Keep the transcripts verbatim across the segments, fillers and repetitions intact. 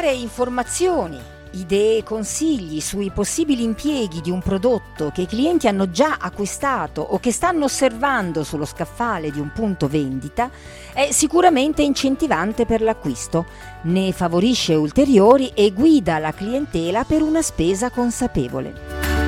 dare informazioni, idee e consigli sui possibili impieghi di un prodotto che i clienti hanno già acquistato o che stanno osservando sullo scaffale di un punto vendita è sicuramente incentivante per l'acquisto, ne favorisce ulteriori e guida la clientela per una spesa consapevole.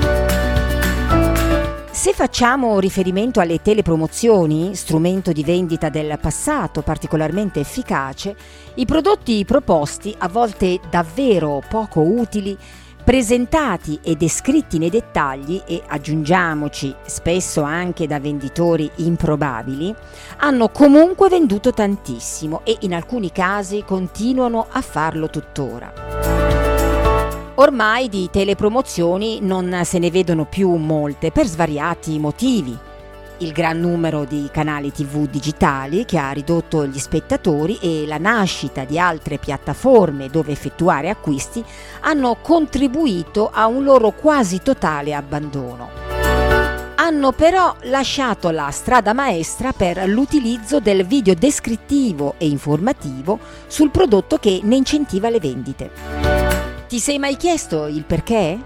Se facciamo riferimento alle telepromozioni, strumento di vendita del passato particolarmente efficace, i prodotti proposti, a volte davvero poco utili, presentati e descritti nei dettagli e, aggiungiamoci, spesso anche da venditori improbabili, hanno comunque venduto tantissimo e in alcuni casi continuano a farlo tuttora. Ormai di telepromozioni non se ne vedono più molte per svariati motivi. Il gran numero di canali tivù digitali che ha ridotto gli spettatori e la nascita di altre piattaforme dove effettuare acquisti hanno contribuito a un loro quasi totale abbandono. Hanno però lasciato la strada maestra per l'utilizzo del video descrittivo e informativo sul prodotto che ne incentiva le vendite. Ti sei mai chiesto il perché?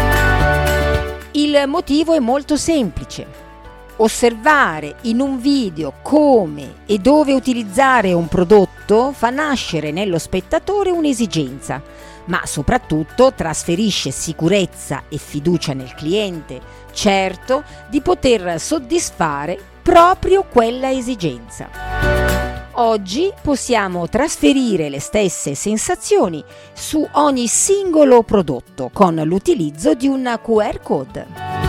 Il motivo è molto semplice. Osservare in un video come e dove utilizzare un prodotto fa nascere nello spettatore un'esigenza, ma soprattutto trasferisce sicurezza e fiducia nel cliente, certo di poter soddisfare proprio quella esigenza. Oggi possiamo trasferire le stesse sensazioni su ogni singolo prodotto con l'utilizzo di un Q R code.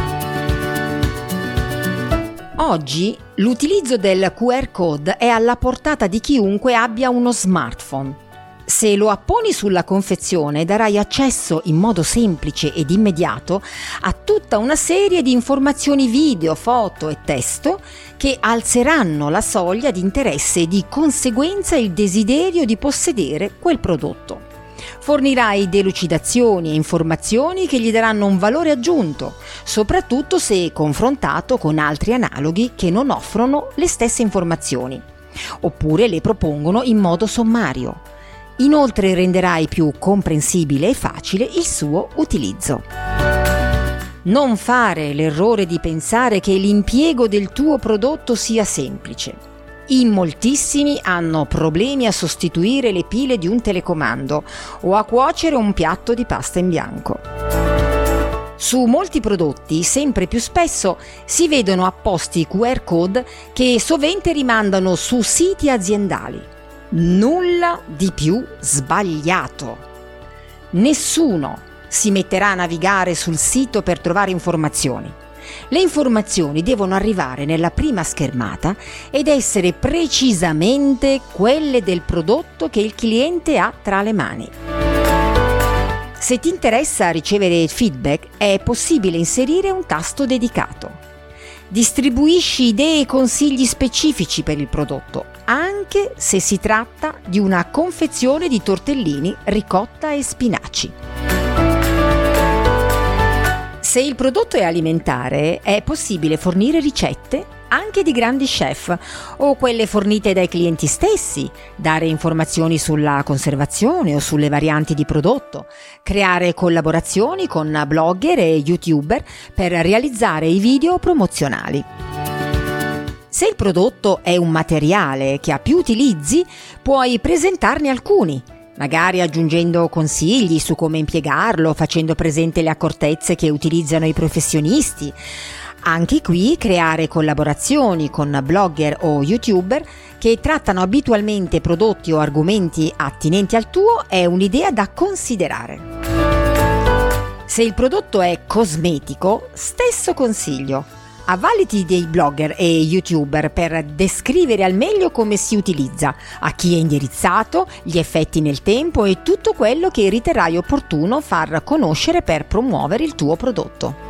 Oggi l'utilizzo del Q R code è alla portata di chiunque abbia uno smartphone. Se lo apponi sulla confezione darai accesso in modo semplice ed immediato a tutta una serie di informazioni video, foto e testo che alzeranno la soglia di interesse e di conseguenza il desiderio di possedere quel prodotto. Fornirai delucidazioni e informazioni che gli daranno un valore aggiunto, soprattutto se confrontato con altri analoghi che non offrono le stesse informazioni, oppure le propongono in modo sommario. Inoltre renderai più comprensibile e facile il suo utilizzo. Non fare l'errore di pensare che l'impiego del tuo prodotto sia semplice. In moltissimi hanno problemi a sostituire le pile di un telecomando o a cuocere un piatto di pasta in bianco. Su molti prodotti, sempre più spesso, si vedono apposti Q R code che sovente rimandano su siti aziendali. Nulla di più sbagliato. Nessuno si metterà a navigare sul sito per trovare informazioni. Le informazioni devono arrivare nella prima schermata ed essere precisamente quelle del prodotto che il cliente ha tra le mani. Se ti interessa ricevere feedback, è possibile inserire un tasto dedicato. Distribuisci idee e consigli specifici per il prodotto, anche se si tratta di una confezione di tortellini, ricotta e spinaci. Se il prodotto è alimentare, è possibile fornire ricette anche di grandi chef o quelle fornite dai clienti stessi, dare informazioni sulla conservazione o sulle varianti di prodotto, creare collaborazioni con blogger e youtuber per realizzare i video promozionali. Se il prodotto è un materiale che ha più utilizzi, puoi presentarne alcuni, magari aggiungendo consigli su come impiegarlo, facendo presente le accortezze che utilizzano i professionisti. Anche qui creare collaborazioni con blogger o youtuber che trattano abitualmente prodotti o argomenti attinenti al tuo è un'idea da considerare. Se il prodotto è cosmetico, stesso consiglio. Avvaliti dei blogger e youtuber per descrivere al meglio come si utilizza, a chi è indirizzato, gli effetti nel tempo e tutto quello che riterrai opportuno far conoscere per promuovere il tuo prodotto.